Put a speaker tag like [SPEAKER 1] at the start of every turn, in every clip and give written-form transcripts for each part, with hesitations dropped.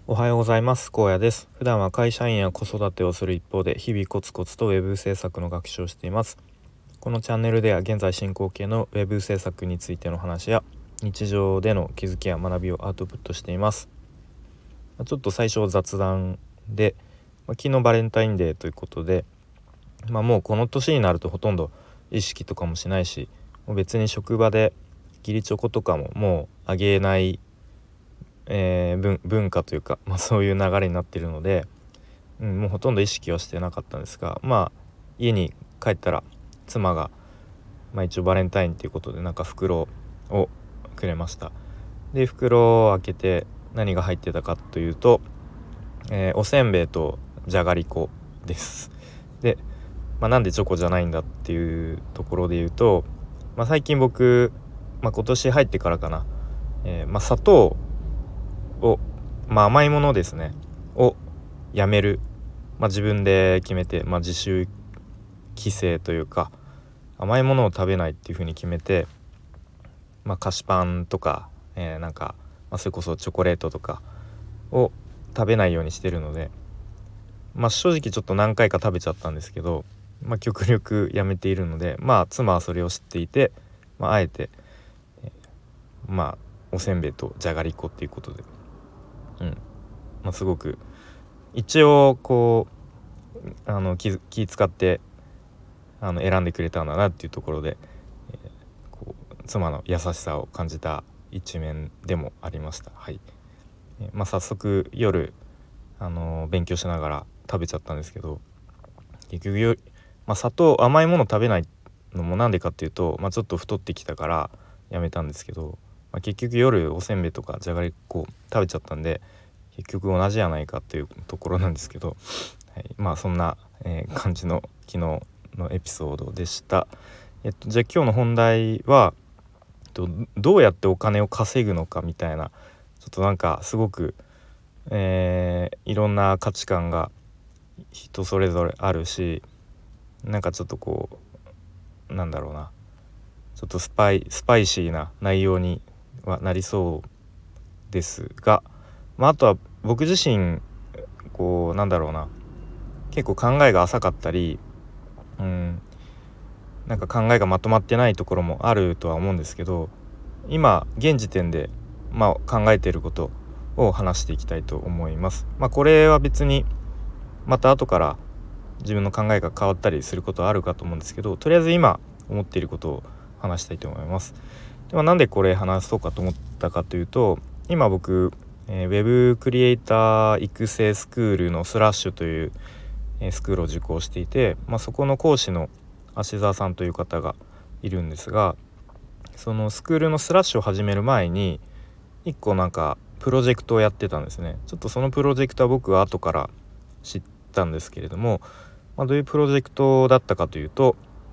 [SPEAKER 1] おはようございます。荒野です。普段は会社員や子育てをする一方で日々コツコツとウェブ制作の学習をしています。このチャンネルでは現在進行形のウェブ制作についての話や日常での気づきや学びをアウトプットしています。ちょっと最初雑談で、昨日バレンタインデーということで、もうこの年になるとほとんど意識とかもしないし、もう別に職場で義理チョコとかももうあげない文化というか、そういう流れになっているので、もうほとんど意識はしてなかったんですが、家に帰ったら妻が、一応バレンタインということで袋をくれました。で袋を開けて何が入ってたかというと、おせんべいとじゃがりこです。で、なんでチョコじゃないんだっていうところで言うと、最近僕、今年入ってからかな、砂糖を、甘いものですねをやめる、自分で決めて、自主規制というか甘いものを食べないっていう風に決めて、菓子パンとか、それこそチョコレートとかを食べないようにしてるので、正直ちょっと何回か食べちゃったんですけど、極力やめているので、妻はそれを知っていて、あえて、おせんべいとじゃがりこっていうことで、すごく一応気使って選んでくれたんだなっていうところで、妻の優しさを感じた一面でもありました。はい。早速夜勉強しながら食べちゃったんですけど、結局砂糖甘いもの食べないのもなんでかっていうと、ちょっと太ってきたからやめたんですけど、結局夜おせんべいとかじゃがりこ食べちゃったんで、結局同じやないかっていうところなんですけど、はい、そんな、感じの昨日のエピソードでした。じゃあ今日の本題は、どうやってお金を稼ぐのかみたいな、ちょっとすごく、いろんな価値観が人それぞれあるし、ちょっとちょっとスパイシーな内容にはなりそうですが、あとは僕自身結構考えが浅かったり、考えがまとまってないところもあるとは思うんですけど、今現時点で考えていることを話していきたいと思います。これは別にまた後から自分の考えが変わったりすることはあるかと思うんですけど、とりあえず今思っていることを話したいと思います。ではなんでこれ話そうかと思ったかというと、今僕、ウェブクリエイター育成スクールのスラッシュという、スクールを受講していて、そこの講師の芦澤さんという方がいるんですが、そのスクールのスラッシュを始める前に一個プロジェクトをやってたんですね。ちょっとそのプロジェクトは僕は後から知ったんですけれども、どういうプロジェクトだったかというと、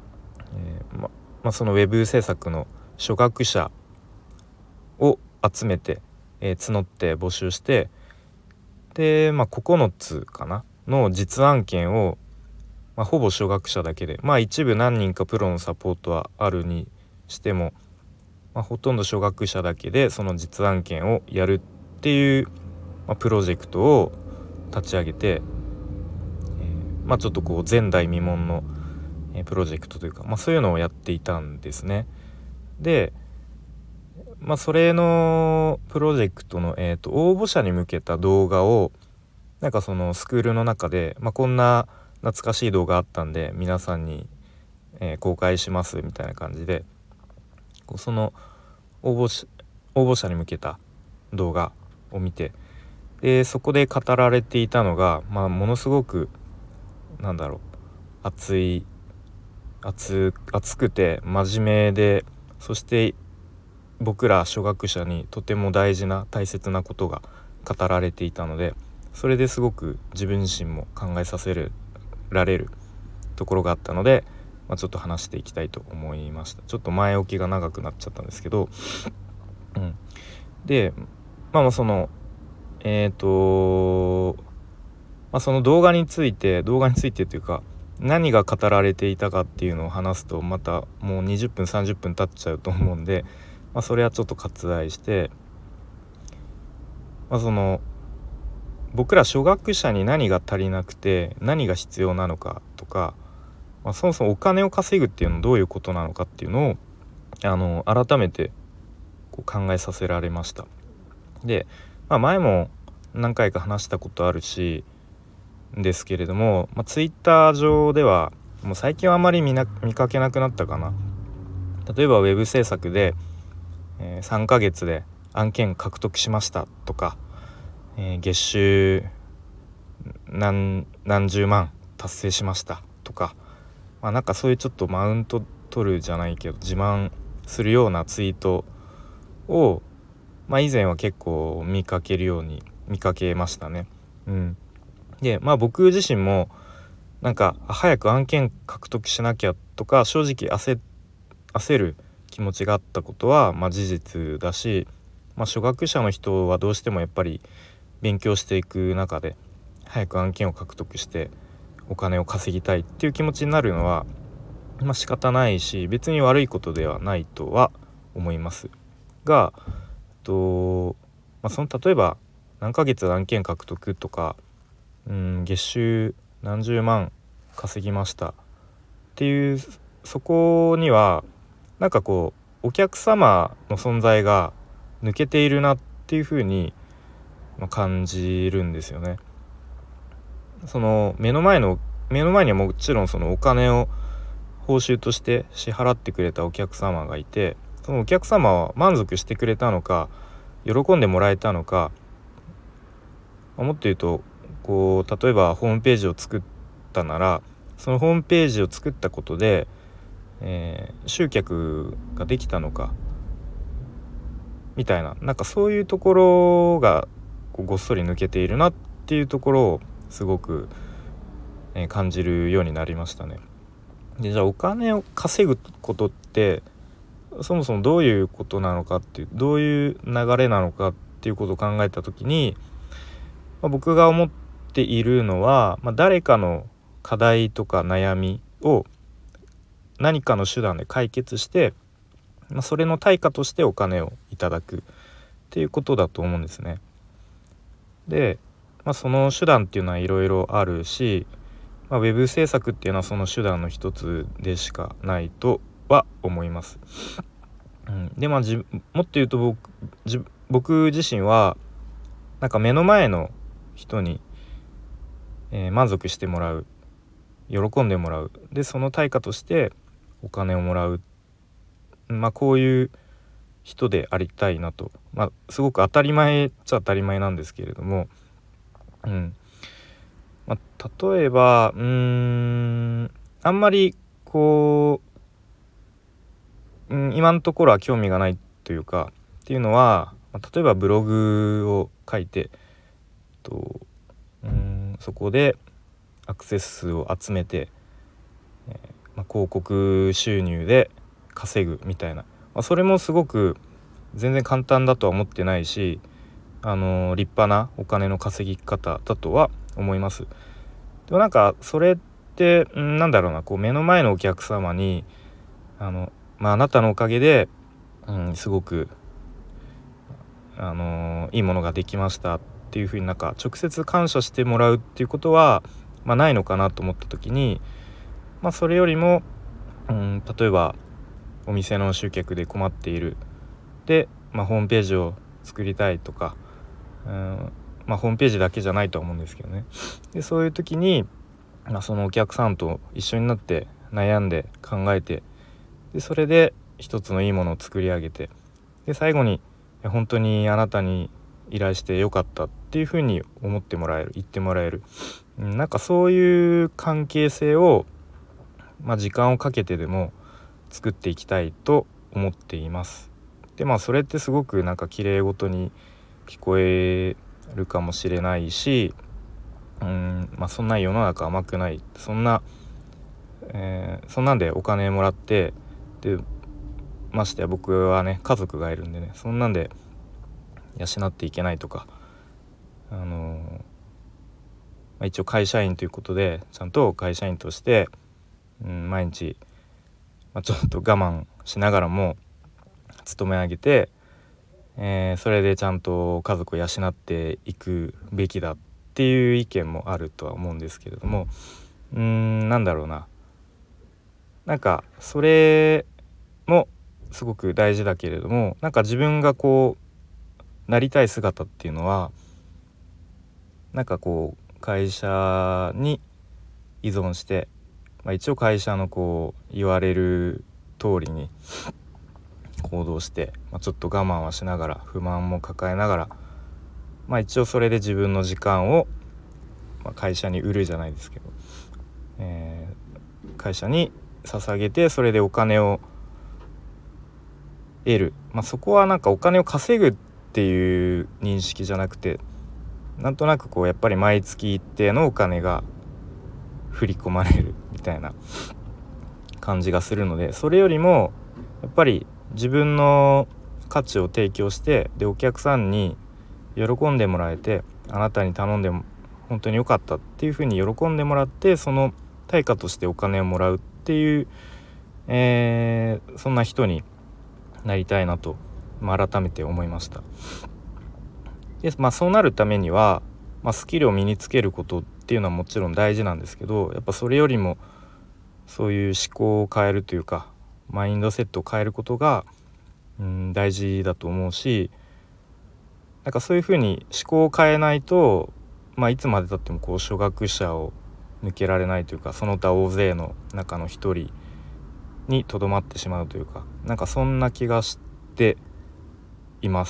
[SPEAKER 1] そのウェブ制作の初学者を集めて、募って募集して、で、9つかなの実案件を、ほぼ初学者だけで、一部何人かプロのサポートはあるにしても、ほとんど初学者だけでその実案件をやるっていう、プロジェクトを立ち上げて、ちょっと前代未聞の、プロジェクトというか、そういうのをやっていたんですね。で、それのプロジェクトの、応募者に向けた動画をそのスクールの中で、こんな懐かしい動画あったんで皆さんに、公開しますみたいな感じで、その応募者に向けた動画を見て、でそこで語られていたのが、ものすごく熱くて真面目で、そして僕ら初学者にとても大切なことが語られていたので、それですごく自分自身も考えさせられるところがあったので、ちょっと話していきたいと思いました。ちょっと前置きが長くなっちゃったんですけど、でそのその動画についてというか、何が語られていたかっていうのを話すとまたもう20分30分経っちゃうと思うんで、それはちょっと割愛して、その僕ら初学者に何が足りなくて何が必要なのかとか、そもそもお金を稼ぐっていうのはどういうことなのかっていうのを改めてこう考えさせられました。で、前も何回か話したことあるしですけれども、ツイッター上ではもう最近はあまり見かけなくなったかな。例えばウェブ制作で、3ヶ月で案件獲得しましたとか、月収何十万達成しましたとか、なんかそういうちょっとマウント取るじゃないけど自慢するようなツイートを、以前は結構見かけましたね。で、僕自身もなんか早く案件獲得しなきゃとか正直焦る気持ちがあったことは事実だし、初学者の人はどうしてもやっぱり勉強していく中で早く案件を獲得してお金を稼ぎたいっていう気持ちになるのは仕方ないし、別に悪いことではないとは思いますが、その例えば何ヶ月案件獲得とか、月収何十万稼ぎましたっていうそこにはなんかこうお客様の存在が抜けているなっていうふうに感じるんですよね。その目の前にはもちろんそのお金を報酬として支払ってくれたお客様がいて、そのお客様は満足してくれたのか喜んでもらえたのか、もっと言うとこう例えばホームページを作ったならそのホームページを作ったことで、集客ができたのかみたいな、なんかそういうところがこうごっそり抜けているなっていうところをすごく、感じるようになりましたね。で、じゃあお金を稼ぐことってそもそもどういうことなのかっていうどういう流れなのかっていうことを考えた時に、僕が思っているのは、誰かの課題とか悩みを何かの手段で解決して、それの対価としてお金をいただくっていうことだと思うんですね。で、その手段っていうのはいろいろあるし、ウェブ制作っていうのはその手段の一つでしかないとは思います。でもっと言うと僕自身はなんか目の前の人に、満足してもらう、喜んでもらう、でその対価としてお金をもらう、こういう人でありたいなと、すごく当たり前っちゃ当たり前なんですけれども、例えばあんまりこう、今のところは興味がないというかっていうのは、例えばブログを書いてそこでアクセス数を集めて、広告収入で稼ぐみたいな、それもすごく全然簡単だとは思ってないし、立派なお金の稼ぎ方だとは思います。でもなんかそれってなんだろうな、こう目の前のお客様にあなたのおかげで、すごくいいものができましたっていうふうになんか直接感謝してもらうっていうことは、ないのかなと思った時に、それよりも、例えばお店の集客で困っているで、ホームページを作りたいとか、ホームページだけじゃないとは思うんですけどね。でそういう時に、そのお客さんと一緒になって悩んで考えて、でそれで一つのいいものを作り上げて、で最後に本当にあなたに依頼してよかったっていうふうに思ってもらえる、言ってもらえる、なんかそういう関係性を、時間をかけてでも作っていきたいと思っています。でそれってすごくなんか綺麗事に聞こえるかもしれないし、そんな世の中甘くない、そんなんでお金もらって、でましてや僕はね家族がいるんでね、そんなんで養っていけないとか、一応会社員ということでちゃんと会社員として、毎日、ちょっと我慢しながらも勤め上げて、それでちゃんと家族を養っていくべきだっっていう意見もあるとは思うんですけれども、なんだろうな、なんかそれもすごく大事だけれども、なんか自分がこうなりたい姿っていうのはなんかこう会社に依存して、一応会社のこう言われる通りに行動して、ちょっと我慢はしながら不満も抱えながら、一応それで自分の時間を、会社に売るじゃないですけど、会社に捧げてそれでお金を得る、そこはなんかお金を稼ぐっていう認識じゃなくて、なんとなくこうやっぱり毎月一定のお金が振り込まれるみたいな感じがするので、それよりもやっぱり自分の価値を提供して、でお客さんに喜んでもらえて、あなたに頼んでも本当に良かったっていうふうに喜んでもらって、その対価としてお金をもらうっていう、そんな人になりたいなと、改めて思いました。で、そうなるためには、スキルを身につけることっていうのはもちろん大事なんですけど、やっぱそれよりもそういう思考を変えるというかマインドセットを変えることが、大事だと思うし、なんかそういうふうに思考を変えないと、いつまでたってもこう初学者を抜けられないというか、その他大勢の中の一人にとどまってしまうというか、なんかそんな気がしています。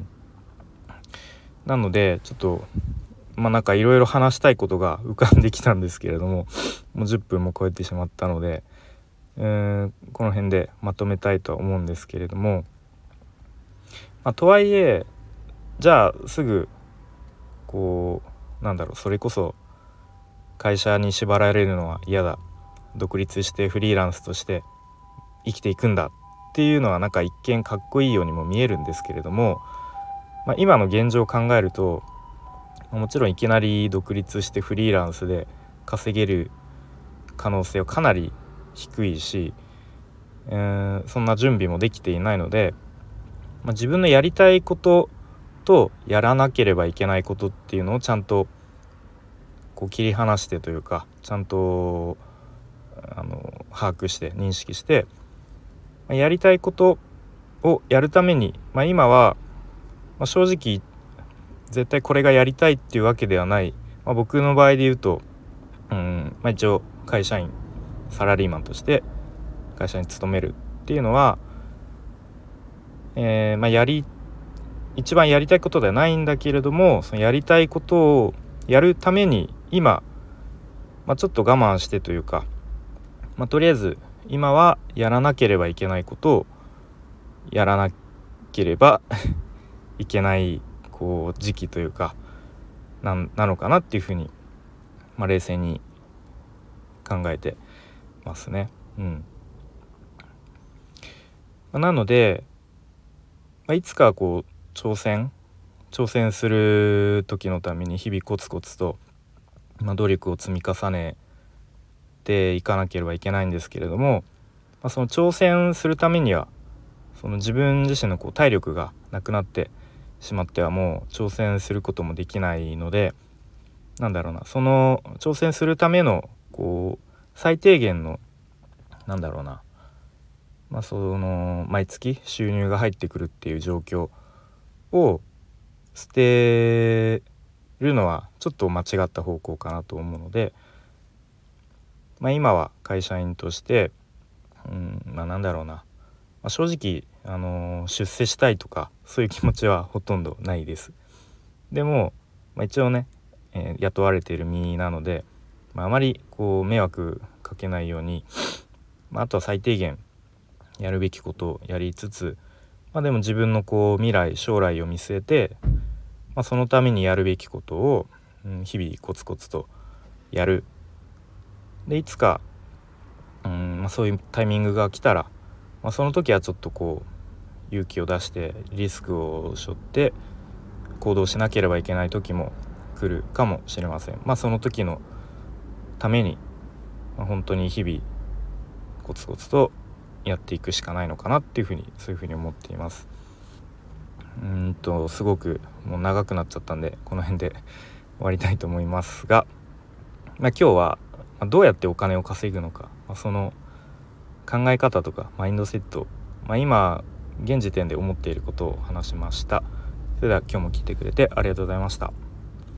[SPEAKER 1] なのでちょっとなんかいろいろ話したいことが浮かんできたんですけれども、もう10分も超えてしまったので、この辺でまとめたいとは思うんですけれども、とはいえじゃあすぐこうそれこそ会社に縛られるのは嫌だ、独立してフリーランスとして生きていくんだっていうのはなんか一見かっこいいようにも見えるんですけれども、今の現状を考えると、もちろんいきなり独立してフリーランスで稼げる可能性はかなり低いし、そんな準備もできていないので、自分のやりたいこととやらなければいけないことっていうのをちゃんとこう切り離してというか、ちゃんと把握して認識して、やりたいことをやるために、今は、正直絶対これがやりたいっていうわけではない、僕の場合で言うと、一応会社員サラリーマンとして会社に勤めるっていうのは、一番やりたいことではないんだけれども、そのやりたいことをやるために今、ちょっと我慢してというか、とりあえず今はやらなければいけないことをやらなければいけないこう時期というかなのかなっていうふうに、冷静に考えてますね。なので、いつかこう挑戦する時のために日々コツコツと、努力を積み重ねていかなければいけないんですけれども、その挑戦するためにはその自分自身のこう体力がなくなってしまってはもう挑戦することもできないので、その挑戦するためのこう最低限のその毎月収入が入ってくるっていう状況を捨てるのはちょっと間違った方向かなと思うので、今は会社員として正直出世したいとかそういう気持ちはほとんどないです。でも、一応ね、雇われている身なので、あまりこう迷惑かけないように、あとは最低限やるべきことをやりつつ、でも自分のこう将来を見据えて、そのためにやるべきことを、日々コツコツとやる。でいつか、そういうタイミングが来たら、その時はちょっとこう勇気を出してリスクを背負って行動しなければいけない時も来るかもしれません。その時のために、本当に日々コツコツとやっていくしかないのかなっていうそういうふうに思っています。すごくもう長くなっちゃったんでこの辺でわりたいと思いますが、今日はどうやってお金を稼ぐのか、その考え方とかマインドセット、今現時点で思っていることを話しました。それでは今日も聞いてくれてありがとうございました。